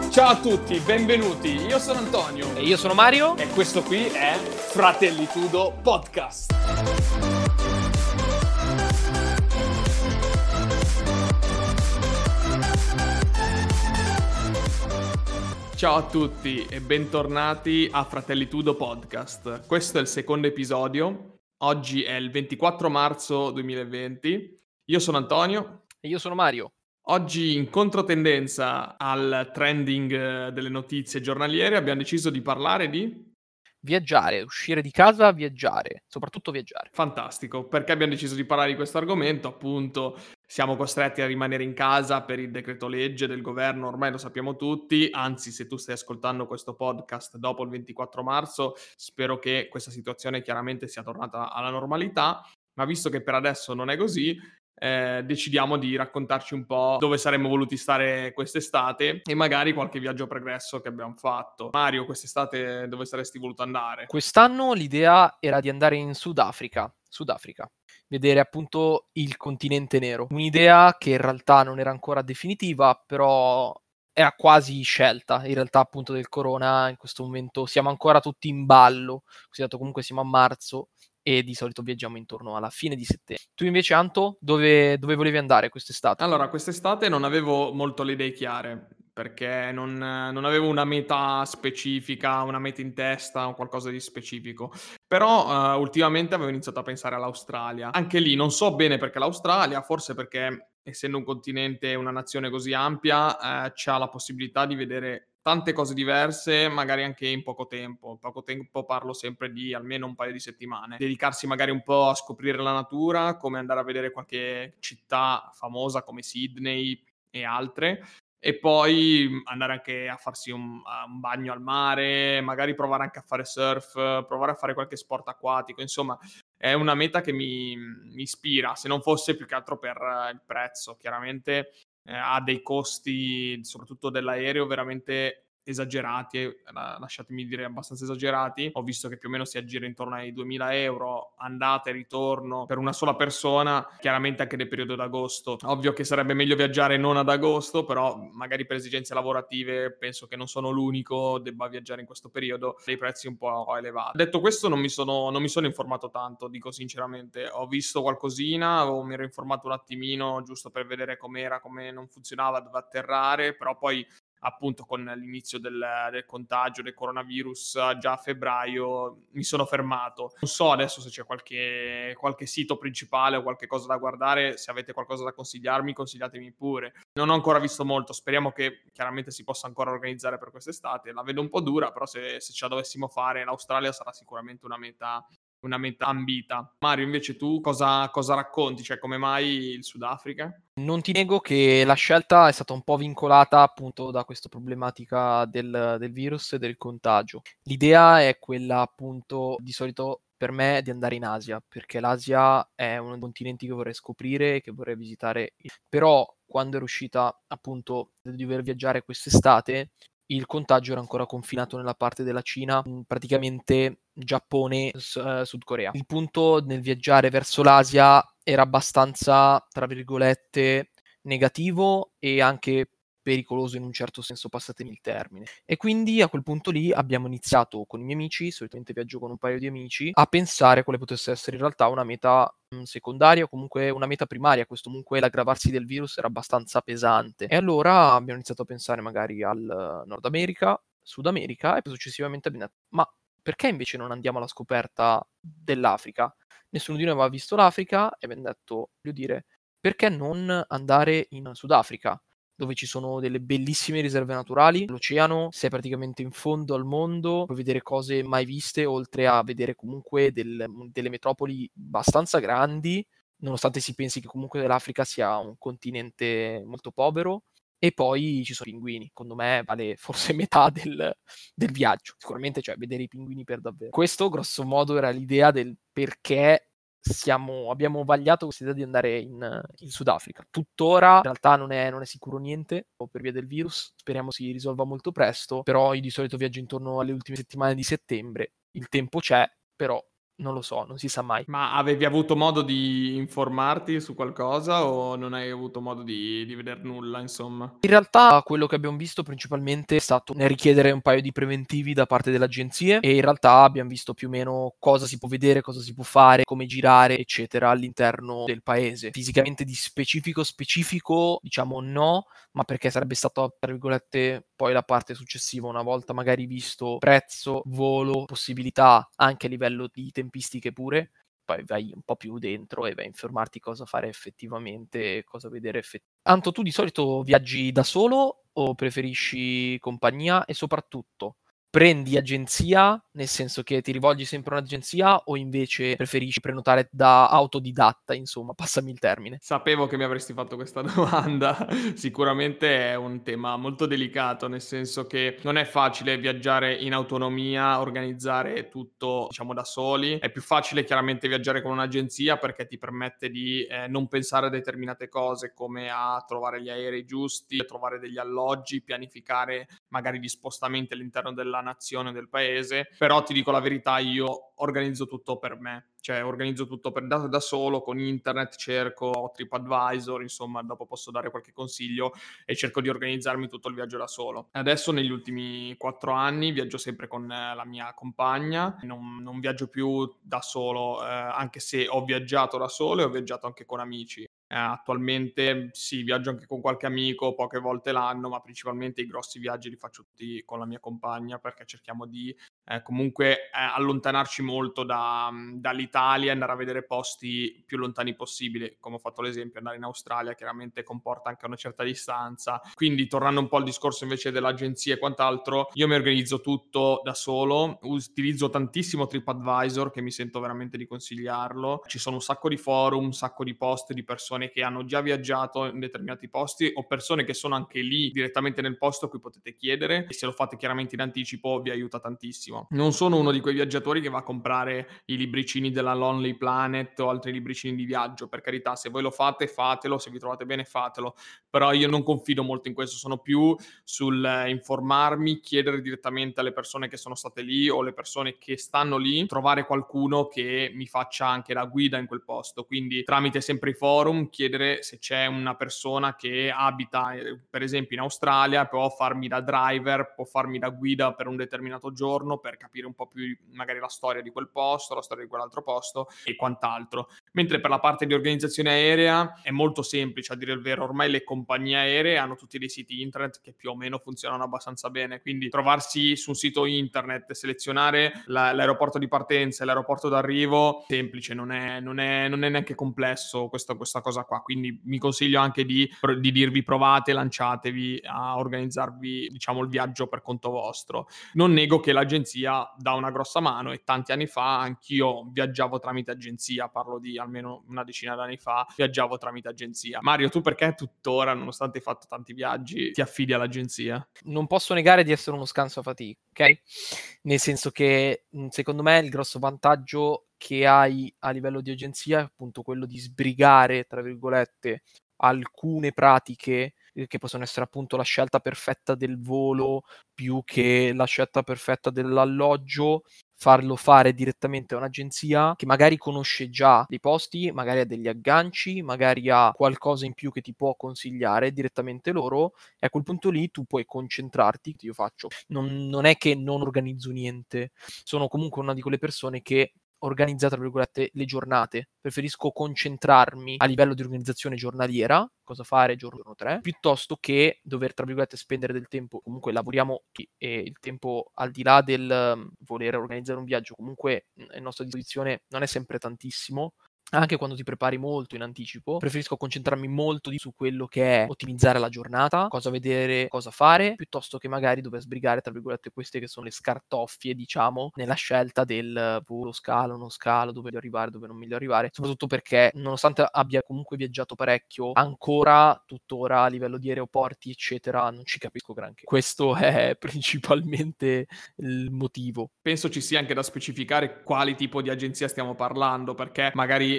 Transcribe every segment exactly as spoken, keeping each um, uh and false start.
Ciao a tutti, benvenuti. Io sono Antonio. E io sono Mario. E questo qui è Fratellitudo Podcast. Ciao a tutti e bentornati a Fratellitudo Podcast. Questo è il secondo episodio. Oggi è il ventiquattro marzo duemilaventi. Io sono Antonio. E io sono Mario. Oggi, in controtendenza al trending delle notizie giornaliere, abbiamo deciso di parlare di viaggiare, uscire di casa, viaggiare, soprattutto viaggiare. Fantastico, perché abbiamo deciso di parlare di questo argomento? Appunto, siamo costretti a rimanere in casa per il decreto legge del governo, ormai lo sappiamo tutti, anzi se tu stai ascoltando questo podcast dopo il ventiquattro marzo, spero che questa situazione chiaramente sia tornata alla normalità, ma visto che per adesso non è così, eh, decidiamo di raccontarci un po' dove saremmo voluti stare quest'estate e magari qualche viaggio pregresso che abbiamo fatto. Mario, quest'estate dove saresti voluto andare? Quest'anno l'idea era di andare in Sudafrica, Sudafrica, vedere appunto il continente nero. Un'idea che in realtà non era ancora definitiva, però era quasi scelta. In realtà appunto del corona in questo momento siamo ancora tutti in ballo, così dato comunque siamo a marzo e di solito viaggiamo intorno alla fine di settembre. Tu invece, Anto, dove, dove volevi andare quest'estate? Allora, quest'estate non avevo molto le idee chiare, perché non non avevo una meta specifica, una meta in testa o qualcosa di specifico. Però, uhm, ultimamente avevo iniziato a pensare all'Australia. Anche lì non so bene perché l'Australia, forse perché essendo un continente e una nazione così ampia, ehm, c'ha la possibilità di vedere tante cose diverse, magari anche in poco tempo. Poco tempo parlo sempre di almeno un paio di settimane. Dedicarsi magari un po' a scoprire la natura, come andare a vedere qualche città famosa come Sydney e altre, e poi, mhmm, andare anche a farsi un a un bagno al mare, magari provare anche a fare surf, provare a fare qualche sport acquatico, insomma è una meta che mi mi ispira, se non fosse più che altro per il prezzo. Chiaramente, ehm, ha dei costi, soprattutto dell'aereo, veramente esagerati e la lasciatemi dire abbastanza esagerati. Ho visto che più o meno si aggira intorno ai duemila euro andata e ritorno per una sola persona, chiaramente anche nel periodo d'agosto. Ovvio che sarebbe meglio viaggiare non ad agosto, però magari per esigenze lavorative penso che non sono l'unico debba viaggiare in questo periodo, dei prezzi un po' elevati. Detto questo non mi sono non mi sono informato tanto, dico sinceramente. Ho visto qualcosina, o mi ero informato un attimino giusto per vedere com'era, come non funzionava, dove atterrare, però poi appunto con l'inizio del del contagio del coronavirus già a febbraio mi sono fermato. Non so adesso se c'è qualche qualche sito principale o qualche cosa da guardare, se avete qualcosa da consigliarmi, consigliatemi pure. Non ho ancora visto molto, speriamo che chiaramente si possa ancora organizzare per quest'estate. La vedo un po' dura, però se se ce la dovessimo fare l'Australia sarà sicuramente una meta una meta ambita. Mario, invece tu cosa cosa racconti? Cioè, come mai il Sudafrica? Non ti nego che la scelta è stata un po' vincolata appunto da questa problematica del del virus e del contagio. L'idea è quella appunto di solito per me di andare in Asia, perché l'Asia è uno dei continenti che vorrei scoprire e che vorrei visitare. Però quando ero uscita appunto di dover viaggiare quest'estate, il contagio era ancora confinato nella parte della Cina, mhmm, praticamente Giappone, s ehm, Sud Corea. Il punto nel viaggiare verso l'Asia era abbastanza, tra virgolette, "negativo" e anche pericoloso in un certo senso, passatemi il termine. E quindi a quel punto lì abbiamo iniziato con i miei amici, solitamente viaggio con un paio di amici, a pensare quale potesse essere in realtà una meta, mhmm, secondaria o comunque una meta primaria. Questo comunque l'aggravarsi del virus era abbastanza pesante. E allora abbiamo iniziato a pensare magari al Nord America, Sud America e poi successivamente abbiamo detto: "Ma perché invece non andiamo alla scoperta dell'Africa?" Nessuno di noi aveva visto l'Africa e abbiam detto, voglio dire, perché non andare in Sudafrica, dove ci sono delle bellissime riserve naturali, l'oceano, sei praticamente in fondo al mondo, puoi vedere cose mai viste, oltre a vedere comunque del delle metropoli abbastanza grandi, nonostante si pensi che comunque l'Africa sia un continente molto povero. E poi ci sono i pinguini, secondo me vale forse metà del del viaggio. Sicuramente, cioè, vedere i pinguini per davvero. Questo grosso modo era l'idea del perché siamo abbiamo vagliato questa idea di andare in in Sudafrica. Tuttora in realtà non è non è sicuro niente, o per via del virus, speriamo si risolva molto presto, però io di solito viaggio intorno alle ultime settimane di settembre. Il tempo c'è, però non lo so, non si sa mai. Ma avevi avuto modo di informarti su qualcosa o non hai avuto modo di di veder nulla, insomma? In realtà quello che abbiam visto principalmente è stato nel richiedere un paio di preventivi da parte delle agenzie e in realtà abbiam visto più o meno cosa si può vedere, cosa si può fare, come girare, eccetera, all'interno del paese. Fisicamente di specifico, specifico, diciamo no, ma perché sarebbe stato, tra virgolette, poi la parte successiva, una volta magari visto prezzo, volo, possibilità, anche a livello di tempistiche pure, poi vai un po' più dentro e vai a informarti cosa fare effettivamente e cosa vedere effe Anto, tu di solito viaggi da solo o preferisci compagnia? E soprattutto, prendi agenzia, nel senso che ti rivolgi sempre a un'agenzia o invece preferisci prenotare da autodidatta, insomma, passami il termine? Sapevo che mi avresti fatto questa domanda. Sicuramente è un tema molto delicato, nel senso che non è facile viaggiare in autonomia, organizzare tutto, diciamo, da soli. È più facile chiaramente viaggiare con un'agenzia perché ti permette di, ehm, non pensare a determinate cose, come a trovare gli aerei giusti, a trovare degli alloggi, pianificare magari gli spostamenti all'interno della nazione, del paese. Però ti dico la verità, io organizzo tutto per me, cioè organizzo tutto per da da solo con internet, cerco TripAdvisor, insomma dopo posso dare qualche consiglio e cerco di organizzarmi tutto il viaggio da solo. Adesso negli ultimi quattro anni viaggio sempre con eh, la mia compagna, non non viaggio più da solo, ehm, anche se ho viaggiato da solo e ho viaggiato anche con amici. Ehm, attualmente sì, viaggio anche con qualche amico poche volte l'anno, ma principalmente i grossi viaggi li faccio tutti con la mia compagna perché cerchiamo di, ehm, comunque, ehm, allontanarci molto da mhmm, dall'Italia e andare a vedere posti più lontani possibili. Come ho fatto l'esempio, andare in Australia chiaramente comporta anche una certa distanza. Quindi, tornando un po' al discorso invece dell'agenzia e quant'altro, io mi organizzo tutto da solo, utilizzo tantissimo TripAdvisor, che mi sento veramente di consigliarlo. Ci sono un sacco di forum, un sacco di post di persone che hanno già viaggiato in determinati posti o persone che sono anche lì direttamente nel posto a cui potete chiedere e se lo fate chiaramente in anticipo vi aiuta tantissimo. Non sono uno di quei viaggiatori che va a comprare i libricini della Lonely Planet o altri libricini di viaggio, per carità, se voi lo fate fatelo, se vi trovate bene fatelo, però io non confido molto in questo, sono più sul eh, informarmi, chiedere direttamente alle persone che sono state lì o le persone che stanno lì, trovare qualcuno che mi faccia anche da guida in quel posto. Quindi tramite sempre i forum chiedere se c'è una persona che abita, eh, per esempio in Australia, può farmi da driver, può farmi da guida per un determinato giorno per capire un po' più magari la storia di quel posto, la storia di quell'altro posto e quant'altro. Mentre per la parte di organizzazione aerea è molto semplice, a dire il vero, ormai le compagnie aeree hanno tutti dei siti internet che più o meno funzionano abbastanza bene, quindi trovarsi su un sito internet, selezionare la- l'aeroporto di partenza e l'aeroporto d'arrivo, semplice, non è, non è- non è neanche complesso questa, questa cosa qua, quindi mi consiglio anche di, di dirvi provate, lanciatevi a organizzarvi, diciamo, il viaggio per conto vostro. Non nego che l'agenzia dà una grossa mano e tanti anni fa anch'io viaggiavo tramite agenzia, parlo di almeno una decina d'anni fa, viaggiavo tramite agenzia. Mario, tu perché tuttora, nonostante hai fatto tanti viaggi, ti affidi all'agenzia? Non posso negare di essere uno scansafatiche, ok? Nel senso che, mhmm, secondo me il grosso vantaggio che hai a livello di agenzia è appunto quello di "sbrigare" tra virgolette alcune pratiche, ehm, che possono essere appunto la scelta perfetta del volo, più che la scelta perfetta dell'alloggio, farlo fare direttamente a un'agenzia che magari conosce già dei posti, magari ha degli agganci, magari ha qualcosa in più che ti può consigliare direttamente loro e a quel punto lì tu puoi concentrarti, io faccio non non è che non organizzo niente, sono comunque una di quelle persone che organizza, tra virgolette, "le giornate". Preferisco concentrarmi a livello di organizzazione giornaliera, cosa fare giorno tre, piuttosto che dover, tra virgolette, "spendere del tempo". Comunque lavoriamo tutti e il tempo al di là del mhmm, voler organizzare un viaggio, comunque, mhmm, a nostra disposizione non è sempre tantissimo. Anche quando ti prepari molto in anticipo, preferisco concentrarmi molto di su quello che è ottimizzare la giornata, cosa vedere, cosa fare, piuttosto che magari dover "sbrigare" tra virgolette queste che sono le scartoffie, diciamo, nella scelta del volo scalo, non scalo, dove voglio arrivare, dove non voglio arrivare, soprattutto perché nonostante abbia comunque viaggiato parecchio, ancora tuttora a livello di aeroporti, eccetera, non ci capisco granché. Questo è principalmente il motivo. Penso ci sia anche da specificare quali tipo di agenzia stiamo parlando, perché magari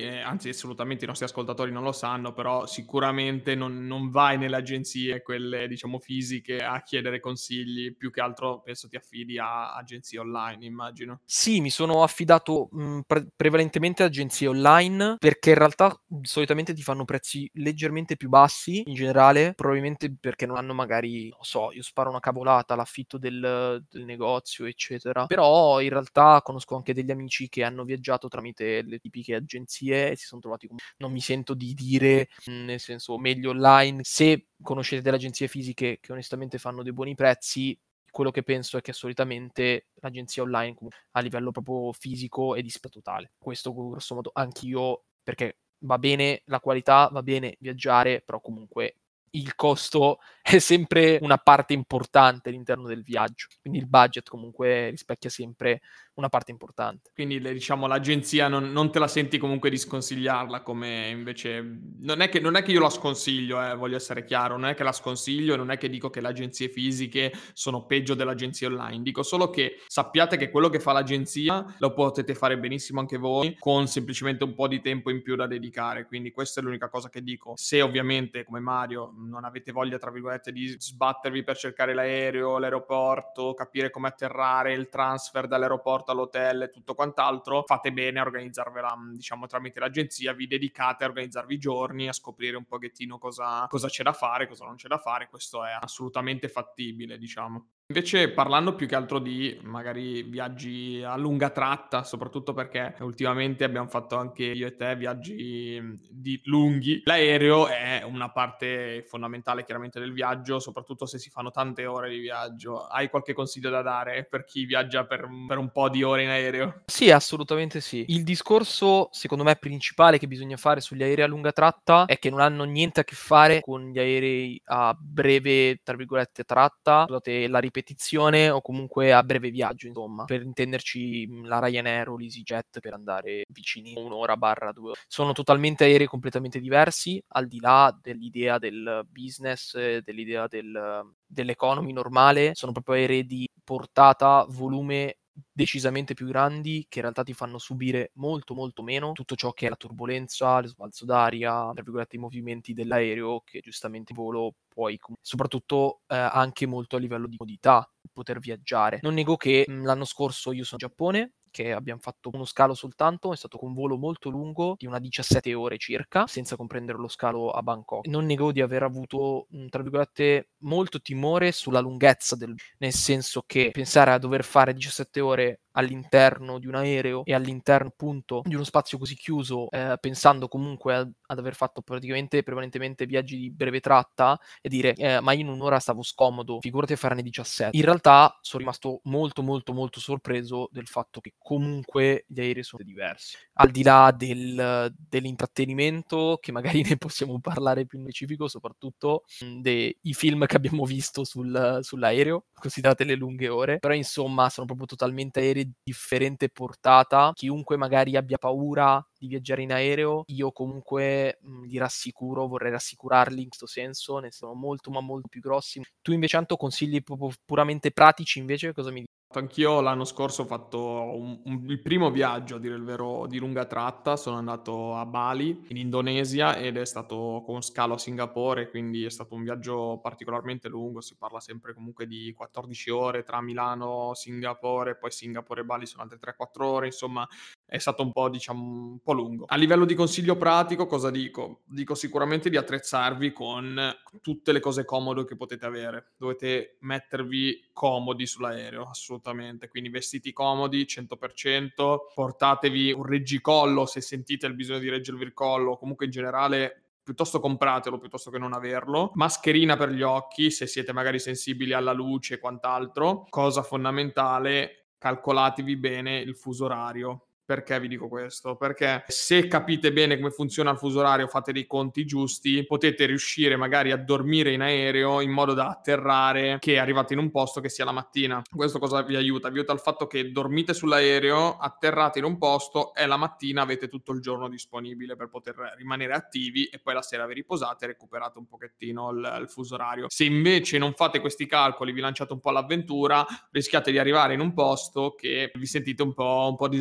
mai, ehm, anzi assolutamente i nostri ascoltatori non lo sanno, però sicuramente non non vai nelle agenzie, quelle diciamo fisiche, a chiedere consigli, più che altro penso ti affidi a agenzie online, immagino. Sì, mi sono affidato, mhmm, pre prevalentemente a agenzie online, perché in realtà, mhmm, solitamente ti fanno prezzi leggermente più bassi, in generale, probabilmente perché non hanno magari, non so, io sparo una cavolata, l'affitto del del negozio, eccetera. Però in realtà conosco anche degli amici che hanno viaggiato tramite le tipiche agenzie e si son trovati com non mi sento di dire, mhmm, nel senso meglio online. Se conoscete delle agenzie fisiche che onestamente fanno dei buoni prezzi, quello che penso è che solitamente l'agenzia online comu a livello proprio fisico è di spa totale. Questo grosso modo anch'io, perché va bene la qualità, va bene viaggiare, però comunque il costo è sempre una parte importante all'interno del viaggio. Quindi il budget comunque rispecchia sempre una parte importante. Quindi le diciamo l'agenzia non non te la senti comunque di sconsigliarla come invece mhmm, non è che non è che io la sconsiglio eh, voglio essere chiaro, non è che la sconsiglio e non è che dico che le agenzie fisiche sono peggio delle agenzie online. Dico solo che sappiate che quello che fa l'agenzia lo potete fare benissimo anche voi con semplicemente un po' di tempo in più da dedicare. Quindi questa è l'unica cosa che dico. Se ovviamente come Mario non avete voglia, tra virgolette, di sbattervi per cercare l'aereo, l'aeroporto, capire come atterrare, il transfer dall'aeroporto all'hotel e tutto quant'altro, fate bene a organizzarvela, mhmm, diciamo tramite l'agenzia, vi dedicate a organizzarvi i giorni, a scoprire un pochettino cosa cosa c'è da fare, cosa non c'è da fare, questo è assolutamente fattibile, diciamo. Invece parlando più che altro di magari viaggi a lunga tratta, soprattutto perché ultimamente abbiam fatto anche io e te viaggi, mhmm, di lunghi, l'aereo è una parte fondamentale chiaramente del viaggio, soprattutto se si fanno tante ore di viaggio. Hai qualche consiglio da dare per chi viaggia per un per un po' di ore in aereo? Sì, assolutamente sì. Il discorso, secondo me, principale che bisogna fare sugli aerei a lunga tratta è che non hanno niente a che fare con gli aerei a breve, tra virgolette, "tratta", scusate la ripetizione, o comunque a breve viaggio, insomma. Per intenderci, mhmm, la Ryanair o l'EasyJet per andare vicini un ora barra due ore. Sono totalmente aerei completamente diversi, al di là dell'idea del business, eh, dell'idea del dell'economy normale, sono proprio aerei di portata, volume decisamente più grandi, che in realtà ti fanno subire molto, molto meno tutto ciò che è la turbolenza, lo sbalzo d'aria, tra virgolette, "i movimenti dell'aereo", che giustamente in volo puoi com soprattutto, ehm, anche molto a livello di comodità, poter viaggiare. Non nego che, mhmm, l'anno scorso io sono in Giappone, che abbiam fatto uno scalo soltanto, è stato con un volo molto lungo, di una diciassette ore circa, senza comprendere lo scalo a Bangkok. Non nego di aver avuto, mhmm, tra virgolette, "molto timore" sulla lunghezza del nel senso che pensare a dover fare diciassette ore all'interno di un aereo e all'interno appunto di uno spazio così chiuso, ehm, pensando comunque ad ad aver fatto praticamente prevalentemente viaggi di breve tratta e dire: "Eh, ma io in un ora stavo scomodo, figurati a farne diciassette." In realtà son rimasto molto, molto, molto sorpreso del fatto che comunque gli aerei sono diversi. Al di là del dell'intrattenimento, che magari ne possiamo parlare più nello specifico, soprattutto, mhmm, dei i film che abbiamo visto sul sull'aereo, considerate le lunghe ore, però insomma sono proprio totalmente aerei di differente portata. Chiunque magari abbia paura di viaggiare in aereo, io comunque, mhmm, li rassicuro, vorrei rassicurarli in questo senso, ne sono molto, ma molto più grossi. Tu invece Anto consigli proprio puramente pratici invece, cosa mi Anch'io l'anno scorso ho fatto un un il primo viaggio, a dire il vero, di lunga tratta. Sono andato a Bali, in Indonesia, ed è stato con scalo a Singapore, quindi è stato un viaggio particolarmente lungo. Si parla sempre comunque di quattordici ore tra Milano, Singapore, poi Singapore e Bali sono altre tre, quattro ore, insomma è stato un po' diciamo un po' lungo. A livello di consiglio pratico cosa dico? Dico sicuramente di attrezzarvi con tutte le cose comode che potete avere. Dovete mettervi comodi sull'aereo, assolutamente. Quindi vestiti comodi cento per cento, portatevi un reggicollo se sentite il bisogno di reggervi il collo, comunque in generale piuttosto compratelo piuttosto che non averlo. Mascherina per gli occhi se siete magari sensibili alla luce e quant'altro. Cosa fondamentale, calcolatevi bene il fuso orario. Perché vi dico questo? Perché se capite bene come funziona il fuso orario, fate dei conti giusti, potete riuscire magari a dormire in aereo in modo da atterrare che arrivate in un posto che sia la mattina. Questo cosa vi aiuta? Vi aiuta il fatto che dormite sull'aereo, atterrate in un posto e la mattina avete tutto il giorno disponibile per poter rimanere attivi e poi la sera vi riposate e recuperate un pochettino il il fuso orario. Se invece non fate questi calcoli, vi lanciate un po' all'avventura, rischiate di arrivare in un posto che vi sentite un po' un po' disorientati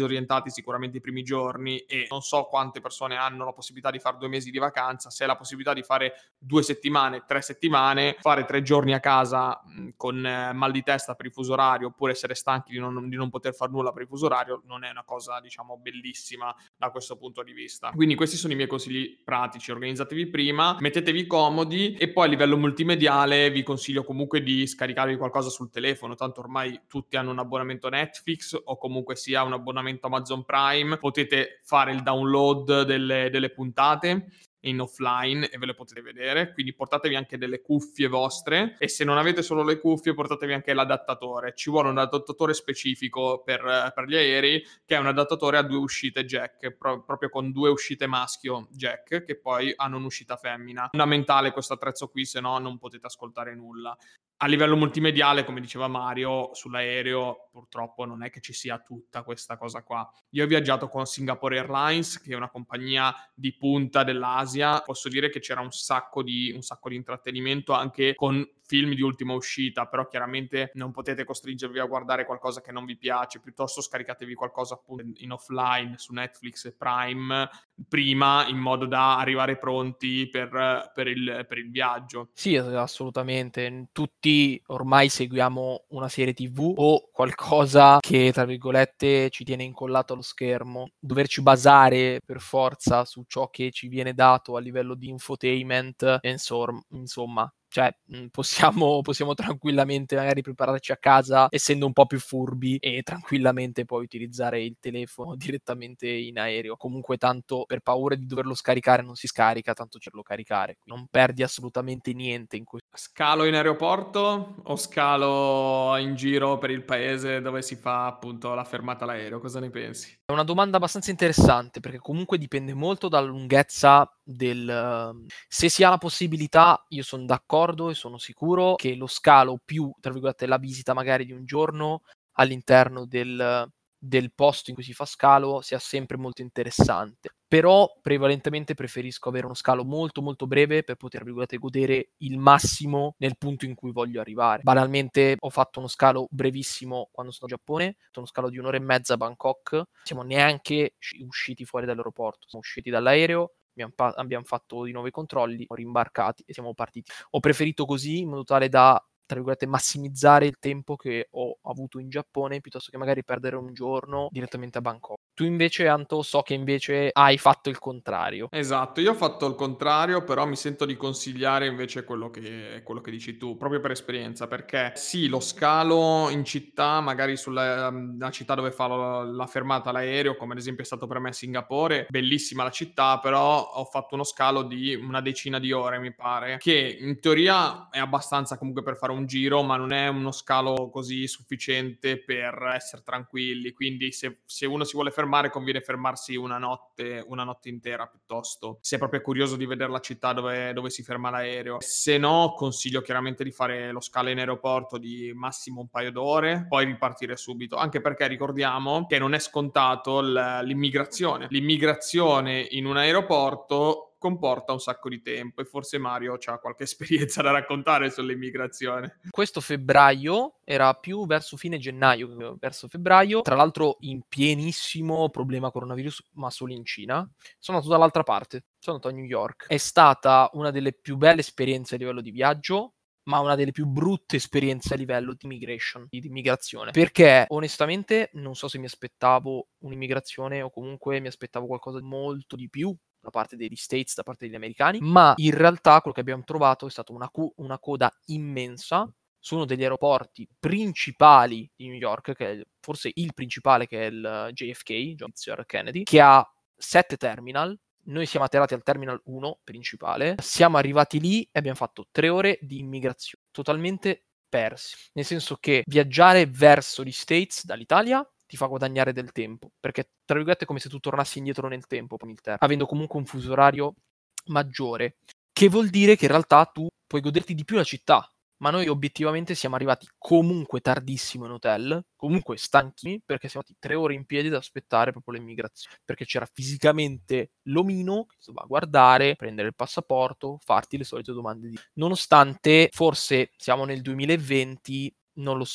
scontati sicuramente i primi giorni e non so quante persone hanno la possibilità di fare due mesi di vacanza, se hai la possibilità di fare due settimane, tre settimane, fare tre giorni a casa, mhmm, con eh, mal di testa per il fuso orario, oppure essere stanchi di non di non poter far nulla per il fuso orario, non è una cosa, diciamo, bellissima da questo punto di vista. Quindi questi sono i miei consigli pratici: organizzatevi prima, mettetevi comodi e poi a livello multimediale vi consiglio comunque di scaricarvi qualcosa sul telefono, tanto ormai tutti hanno un abbonamento Netflix o comunque sia un abbonamento Amazon Prime, potete fare il download delle delle puntate in offline e ve le potete vedere, quindi portatevi anche delle cuffie vostre e se non avete solo le cuffie portatevi anche l'adattatore. Ci vuole un adattatore specifico per per gli aerei, che è un adattatore a due uscite jack, pro proprio con due uscite maschio jack, che poi hanno un'uscita femmina. Fondamentale questo attrezzo qui, se no non potete ascoltare nulla. A livello multimediale, come diceva Mario, sull'aereo purtroppo non è che ci sia tutta questa cosa qua. Io ho viaggiato con Singapore Airlines, che è una compagnia di punta dell'Asia. Posso dire che c'era un sacco di un sacco di intrattenimento anche con film di ultima uscita, però chiaramente non potete costringervi a guardare qualcosa che non vi piace, piuttosto scaricatevi qualcosa appunto in offline su Netflix e Prime prima, in modo da arrivare pronti per per il per il viaggio. Sì, es assolutamente. Tutti ormai seguiamo una serie T V o qualcosa che, tra virgolette, "ci tiene incollato allo schermo". Doverci basare per forza su ciò che ci viene dato a livello di infotainment, e insorm insomma, cioè, mhmm, possiamo possiamo tranquillamente magari prepararci a casa essendo un po' più furbi e tranquillamente poi utilizzare il telefono direttamente in aereo. Comunque tanto per paura di doverlo scaricare non si scarica, tanto cerlo caricare. Non perdi assolutamente niente in que Scalo in aeroporto o scalo in giro per il paese dove si fa appunto la fermata all'aereo? Cosa ne pensi? È una domanda abbastanza interessante, perché comunque dipende molto dalla lunghezza del mhmm, se si ha la possibilità, io son d'accordo e sono sicuro che lo scalo più, tra virgolette, "la visita" magari di un giorno all'interno del del posto in cui si fa scalo sia sempre molto interessante. Però prevalentemente preferisco avere uno scalo molto, molto breve per poter, tra virgolette, "godere il massimo" nel punto in cui voglio arrivare. Banalmente ho fatto uno scalo brevissimo quando sono in Giappone, ho fatto uno scalo di un ora e mezza a Bangkok, siamo neanche sci usciti fuori dall'aeroporto, siamo usciti dall'aereo, abbiam pa abbiam fatto di nuovo i controlli, rimbarcati e siamo partiti. Ho preferito così in modo tale da, tra virgolette, "massimizzare" il tempo che ho avuto in Giappone, piuttosto che magari perdere un giorno direttamente a Bangkok. Tu invece, Anto, so che invece hai fatto il contrario. Esatto, io ho fatto il contrario, però mi sento di consigliare invece quello che quello che dici tu, proprio per esperienza, perché sì, lo scalo in città, magari sulla mhmm, la città dove fa lo la fermata l'aereo, come ad esempio è stato per me Singapore, bellissima la città, però ho fatto uno scalo di una decina di ore, mi pare, che in teoria è abbastanza comunque per fare un giro, ma non è uno scalo così sufficiente per esser tranquilli. Quindi se se uno si vuole fermare, conviene fermarsi una notte una notte intera piuttosto, se è proprio curioso di vedere la città dove dove si ferma l'aereo. Se no, consiglio chiaramente di fare lo scalo in aeroporto di massimo un paio d'ore, poi ripartire subito, anche perché ricordiamo che non è scontato l l'immigrazione. L'immigrazione in un aeroporto comporta un sacco di tempo e forse Mario c'ha qualche esperienza da raccontare sull'immigrazione. Questo febbraio era più verso fine gennaio che verso febbraio, tra l'altro in pienissimo problema coronavirus, ma solo in Cina. Sono andato dall'altra parte, sono andato a New York. È stata una delle più belle esperienze a livello di viaggio, ma una delle più brutte esperienze a livello di immigration, di immigrazione. Perché onestamente non so se mi aspettavo un'immigrazione o comunque mi aspettavo qualcosa di molto di più da parte degli States, da parte degli americani, ma in realtà quello che abbiam trovato è stata una cu una coda immensa su uno degli aeroporti principali di New York, che è forse il principale, che è il J F K, John Fitzgerald Kennedy, che ha sette terminal. Noi siamo atterrati al terminal uno principale, siamo arrivati lì e abbiam fatto tre ore di immigrazione, totalmente persi. Nel senso che viaggiare verso gli States dall'Italia ti fa guadagnare del tempo, perché tra virgolette è come se tu tornassi indietro nel tempo con il Inghilterra, avendo comunque un fuso orario maggiore, che vuol dire che in realtà tu puoi goderti di più la città. Ma noi obiettivamente siamo arrivati comunque tardissimo in hotel, comunque stanchi, perché siamo stati tre ore in piedi ad aspettare proprio l'immigrazione, perché c'era fisicamente l'omino che ti doveva guardare, prendere il passaporto, farti le solite domande di nonostante forse siamo nel duemilaventi, non lo so,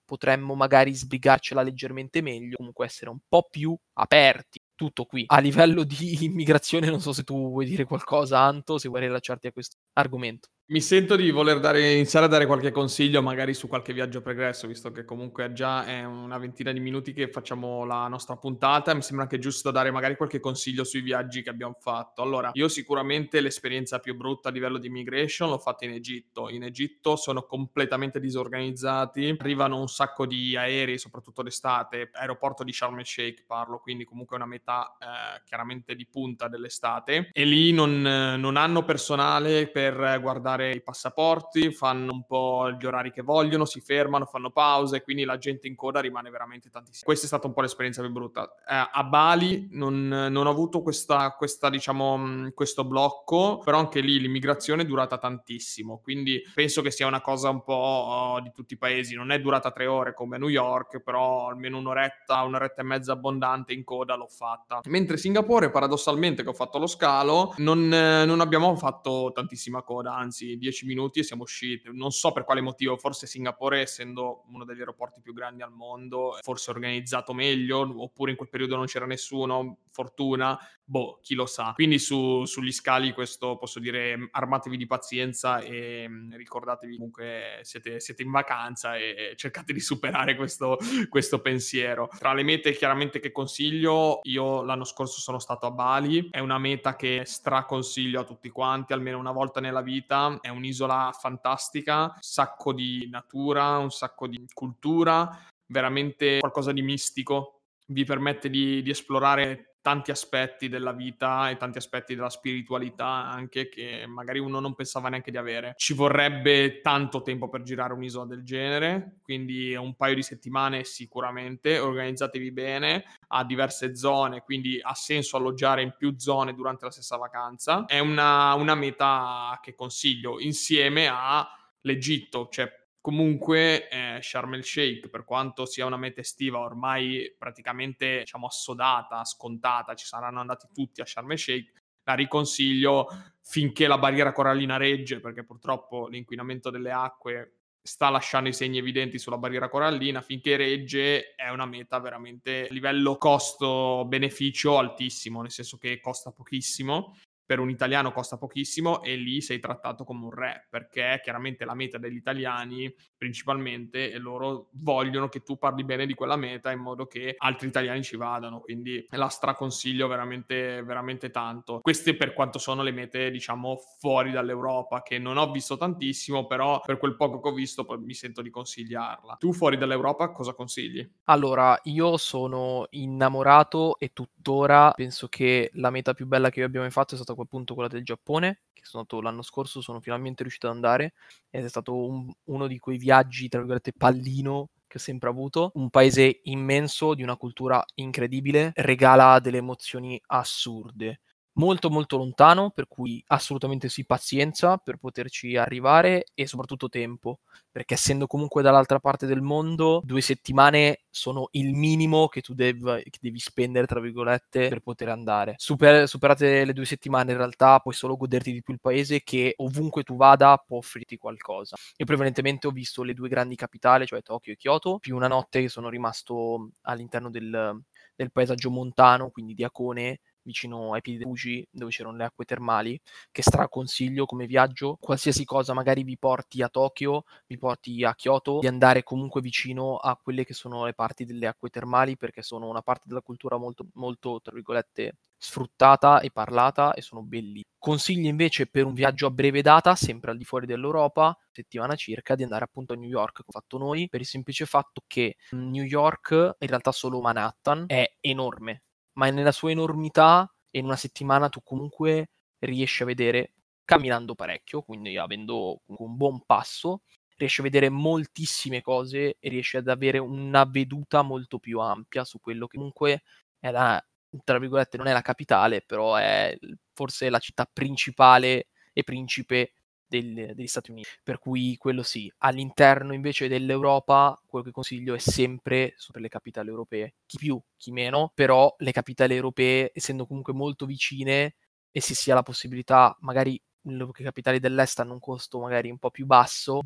potremmo magari sbrigarcela leggermente meglio, comunque essere un po' più aperti. Tutto qui. A livello di immigrazione non so se tu vuoi dire qualcosa, Anto, se vuoi rilacciarti a questo argomento. Mi sento di voler dare iniziare a dare qualche consiglio, magari su qualche viaggio pregresso, visto che comunque già è una ventina di minuti che facciamo la nostra puntata. Mi sembra anche giusto dare magari qualche consiglio sui viaggi che abbiam fatto. Allora, io sicuramente l'esperienza più brutta a livello di immigration l'ho fatta in Egitto. In Egitto sono completamente disorganizzati, arrivano un sacco di aerei, soprattutto d'estate, aeroporto di Sharm el Sheikh parlo, quindi comunque una metà eh, chiaramente di punta dell'estate, e lì non, non hanno personale per guardare i passaporti, fanno un po' gli orari che vogliono, si fermano, fanno pause, quindi la gente in coda rimane veramente tantissimo. Questa è stata un po' l'esperienza più brutta. Eh, a Bali non, non ho avuto questa, questa diciamo, mh, questo blocco, però anche lì l'immigrazione è durata tantissimo, quindi penso che sia una cosa un po' oh, di tutti i paesi. Non è durata tre ore come a New York, però almeno un'oretta, un'oretta e mezza abbondante in coda l'ho fatta. Mentre Singapore, paradossalmente, che ho fatto lo scalo, non, eh, non abbiamo fatto tantissima coda, anzi dieci minuti e siamo usciti. Non so per quale motivo, forse Singapore, essendo uno degli aeroporti più grandi al mondo, forse organizzato meglio, oppure in quel periodo non c'era nessuno, fortuna, boh, chi lo sa. Quindi su, sugli scali questo posso dire, armatevi di pazienza e mh, ricordatevi comunque siete, siete in vacanza e cercate di superare questo, questo pensiero. Tra le mete chiaramente che consiglio, io l'anno scorso sono stato a Bali, è una meta che straconsiglio a tutti quanti, almeno una volta nella vita. È un'isola fantastica, un sacco di natura, un sacco di cultura, veramente qualcosa di mistico. Vi permette di, di esplorare tanti aspetti della vita e tanti aspetti della spiritualità anche che magari uno non pensava neanche di avere. Ci vorrebbe tanto tempo per girare un'isola del genere, quindi un paio di settimane sicuramente. Organizzatevi bene, ha diverse zone, quindi ha senso alloggiare in più zone durante la stessa vacanza. È una, una meta che consiglio insieme all'Egitto, cioè comunque eh, Sharm el Sheikh, per quanto sia una meta estiva ormai praticamente diciamo assodata, scontata, ci saranno andati tutti a Sharm el Sheikh, la riconsiglio finché la barriera corallina regge, perché purtroppo l'inquinamento delle acque sta lasciando i segni evidenti sulla barriera corallina. Finché regge è una meta veramente a livello costo-beneficio altissimo, nel senso che costa pochissimo, per un italiano costa pochissimo e lì sei trattato come un re, perché chiaramente la meta degli italiani principalmente e loro vogliono che tu parli bene di quella meta in modo che altri italiani ci vadano, quindi la straconsiglio veramente, veramente tanto. Queste per quanto sono le mete, diciamo, fuori dall'Europa, che non ho visto tantissimo, però per quel poco che ho visto poi mi sento di consigliarla. Tu fuori dall'Europa cosa consigli? Allora, io sono innamorato e tuttora penso che la meta più bella che abbiamo mai fatto è stata appunto quella del Giappone, che sono andato l'anno scorso, sono finalmente riuscito ad andare ed è stato un- uno di quei viaggi, tra virgolette, pallino che ho sempre avuto. Un paese immenso, di una cultura incredibile, regala delle emozioni assurde. Molto molto lontano, per cui assolutamente sì, pazienza per poterci arrivare e soprattutto tempo, perché essendo comunque dall'altra parte del mondo, due settimane sono il minimo che tu dev- che devi spendere, tra virgolette, per poter andare. Super- superate le due settimane, in realtà puoi solo goderti di più il paese che ovunque tu vada può offrirti qualcosa. Io prevalentemente ho visto le due grandi capitali, cioè Tokyo e Kyoto, più una notte che sono rimasto all'interno del, del paesaggio montano, quindi di Hakone, vicino ai piedi del Fuji, dove c'erano le acque termali, che straconsiglio come viaggio. Qualsiasi cosa magari vi porti a Tokyo, vi porti a Kyoto, di andare comunque vicino a quelle che sono le parti delle acque termali, perché sono una parte della cultura molto, molto, tra virgolette, sfruttata e parlata e sono belli. Consiglio invece per un viaggio a breve data, sempre al di fuori dell'Europa, settimana circa, di andare appunto a New York, che ho fatto noi, per il semplice fatto che New York, in realtà solo Manhattan, è enorme, ma nella sua enormità in una settimana tu comunque riesci a vedere, camminando parecchio, quindi avendo un buon passo, riesci a vedere moltissime cose e riesci ad avere una veduta molto più ampia su quello che comunque è la, tra virgolette, non è la capitale, però è forse la città principale e principe del- degli Stati Uniti. Per cui quello sì. All'interno invece dell'Europa, quello che consiglio è sempre per le capitali europee. Chi più, chi meno, però le capitali europee, essendo comunque molto vicine e se si ha la possibilità, magari le capitali dell'est hanno un costo magari un po' più basso, di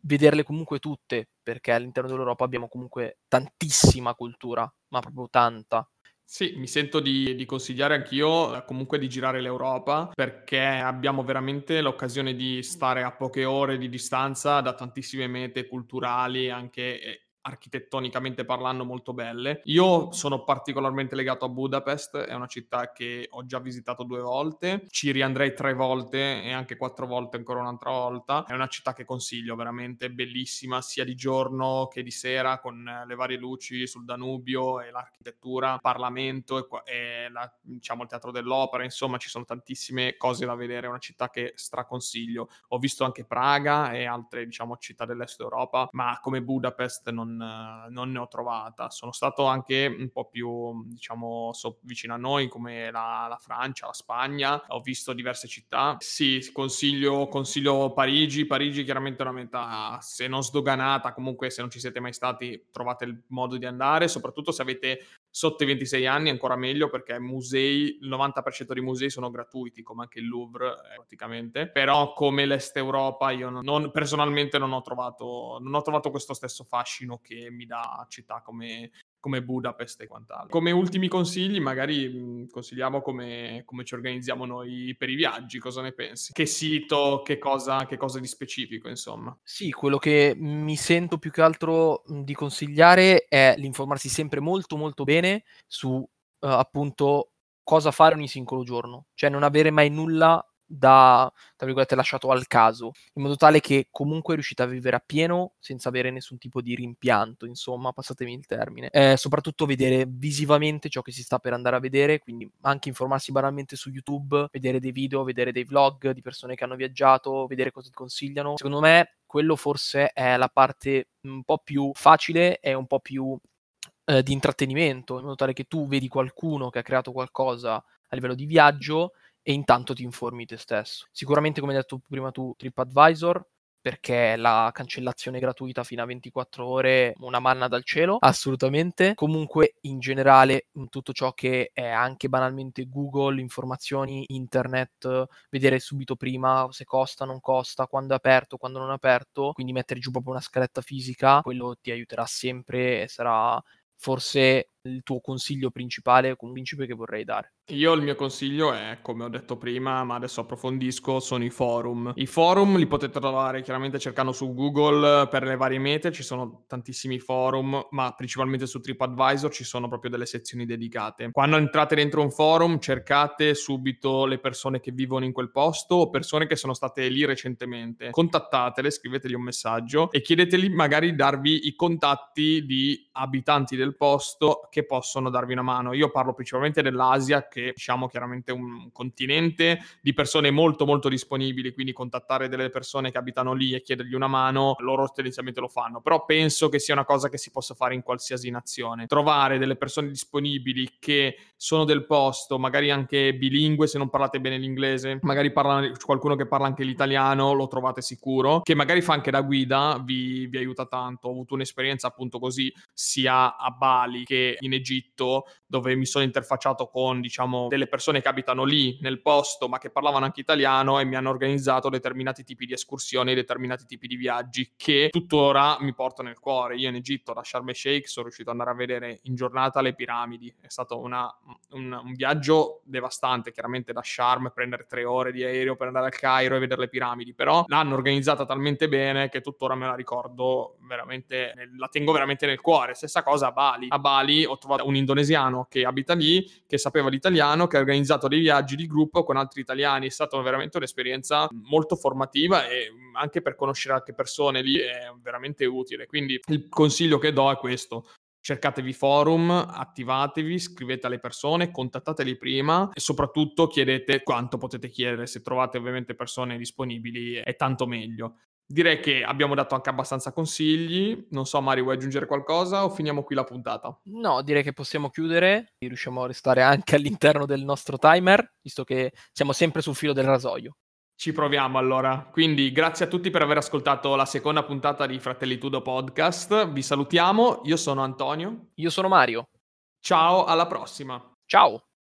vederle comunque tutte, perché all'interno dell'Europa abbiamo comunque tantissima cultura, ma proprio tanta. Sì, mi sento di di consigliare anch'io, ehm, comunque di girare l'Europa, perché abbiamo veramente l'occasione di stare a poche ore di distanza da tantissime mete culturali, anche, ehm, architettonicamente parlando molto belle. Io sono particolarmente legato a Budapest, è una città che ho già visitato due volte, ci riandrei tre volte e anche quattro volte ancora un'altra volta. È una città che consiglio, veramente bellissima, sia di giorno che di sera, con eh, le varie luci sul Danubio e l'architettura, il Parlamento e qua e la diciamo il Teatro dell'Opera, insomma ci sono tantissime cose da vedere, è una città che straconsiglio. Ho visto anche Praga e altre, diciamo, città dell'Est Europa, ma come Budapest non non ne ho trovata. Sono stato anche un po' più, diciamo, so vicino a noi come la la Francia, la Spagna, ho visto diverse città. Sì, s consiglio consiglio Parigi. Parigi chiaramente è una meta, se non sdoganata, comunque se non ci siete mai stati trovate il modo di andare, soprattutto se avete sotto i ventisei anni ancora meglio perché musei il novanta per cento dei musei sono gratuiti, come anche il Louvre, ehm, praticamente. Però come l'Est Europa io non non personalmente non ho trovato non ho trovato questo stesso fascino che mi dà città come come Budapest e quant'altro. Come ultimi consigli magari, mhmm, consigliamo come come ci organizziamo noi per i viaggi, cosa ne pensi? Che sito, che cosa che cosa di specifico insomma. Sì, quello che mi sento più che altro, mhmm, di consigliare è l'informarsi sempre molto, molto bene su, uhm, appunto, cosa fare ogni singolo giorno. Cioè non avere mai nulla da, tra virgolette, "lasciato al caso", in modo tale che comunque riuscite a vivere appieno senza avere nessun tipo di rimpianto, insomma, passatemi il termine. Ehm, soprattutto vedere visivamente ciò che si sta per andare a vedere, quindi anche informarsi banalmente su YouTube, vedere dei video, vedere dei vlog di persone che hanno viaggiato, vedere cosa ti consigliano. Secondo me quello forse è la parte un po' più facile e un po' più, ehm, di intrattenimento, in modo tale che tu vedi qualcuno che ha creato qualcosa a livello di viaggio e intanto ti informi te stesso. Sicuramente, come hai detto prima tu, TripAdvisor, perché la cancellazione gratuita fino a ventiquattro ore, una manna dal cielo, assolutamente. Comunque in generale, mhmm, tutto ciò che è anche banalmente Google, informazioni, internet, vedere subito prima se costa, non costa, quando è aperto, quando non è aperto, quindi mettere giù proprio una scaletta fisica, quello ti aiuterà sempre e sarà forse il tuo consiglio principale, un principe che vorrei dare. Io il mio consiglio è, come ho detto prima, ma adesso approfondisco, sono i forum. I forum li potete trovare chiaramente cercando su Google per le varie mete, ci sono tantissimi forum, ma principalmente su TripAdvisor ci sono proprio delle sezioni dedicate. Quando entrate dentro un forum cercate subito le persone che vivono in quel posto o persone che sono state lì recentemente. Contattatele, scrivetegli un messaggio e chiedeteli magari di darvi i contatti di abitanti del posto che possono darvi una mano. Io parlo principalmente dell'Asia, che diciamo chiaramente un continente di persone molto molto disponibili, quindi contattare delle persone che abitano lì e chiedergli una mano, loro tendenzialmente lo fanno, però penso che sia una cosa che si possa fare in qualsiasi nazione. Trovare delle persone disponibili che sono del posto, magari anche bilingue se non parlate bene l'inglese, magari parla qualcuno che parla anche l'italiano, lo trovate sicuro, che magari fa anche da guida, vi, vi aiuta tanto. Ho avuto un'esperienza appunto così sia a Bali che in Egitto, dove mi sono interfacciato con, diciamo, delle persone che abitano lì nel posto, ma che parlavano anche italiano e mi hanno organizzato determinati tipi di escursioni, determinati tipi di viaggi che tuttora mi porto nel cuore. Io in Egitto, da Sharm el Sheikh, sono riuscito ad andare a vedere in giornata le piramidi. È stato una, un, un viaggio devastante, chiaramente da Sharm, prendere tre ore di aereo per andare al Cairo e vedere le piramidi, però l'hanno organizzata talmente bene che tuttora me la ricordo veramente, la tengo veramente nel cuore. Stessa cosa a Bali. A Bali ho trovato un indonesiano che abita lì, che sapeva l'italiano, che ha organizzato dei viaggi di gruppo con altri italiani. È stata veramente un'esperienza molto formativa e anche per conoscere altre persone lì è veramente utile. Quindi il consiglio che do è questo: cercatevi forum, attivatevi, scrivete alle persone, contattateli prima e soprattutto chiedete quanto potete chiedere. Se trovate ovviamente persone disponibili è tanto meglio. Direi che abbiamo dato anche abbastanza consigli. Non so, Mari, vuoi aggiungere qualcosa o finiamo qui la puntata? No, direi che possiamo chiudere, riusciamo a restare anche all'interno del nostro timer, visto che siamo sempre sul filo del rasoio. Ci proviamo allora. Quindi grazie a tutti per aver ascoltato la seconda puntata di Fratelli Tudo Podcast. Vi salutiamo, io sono Antonio. Io sono Mario. Ciao, alla prossima. Ciao.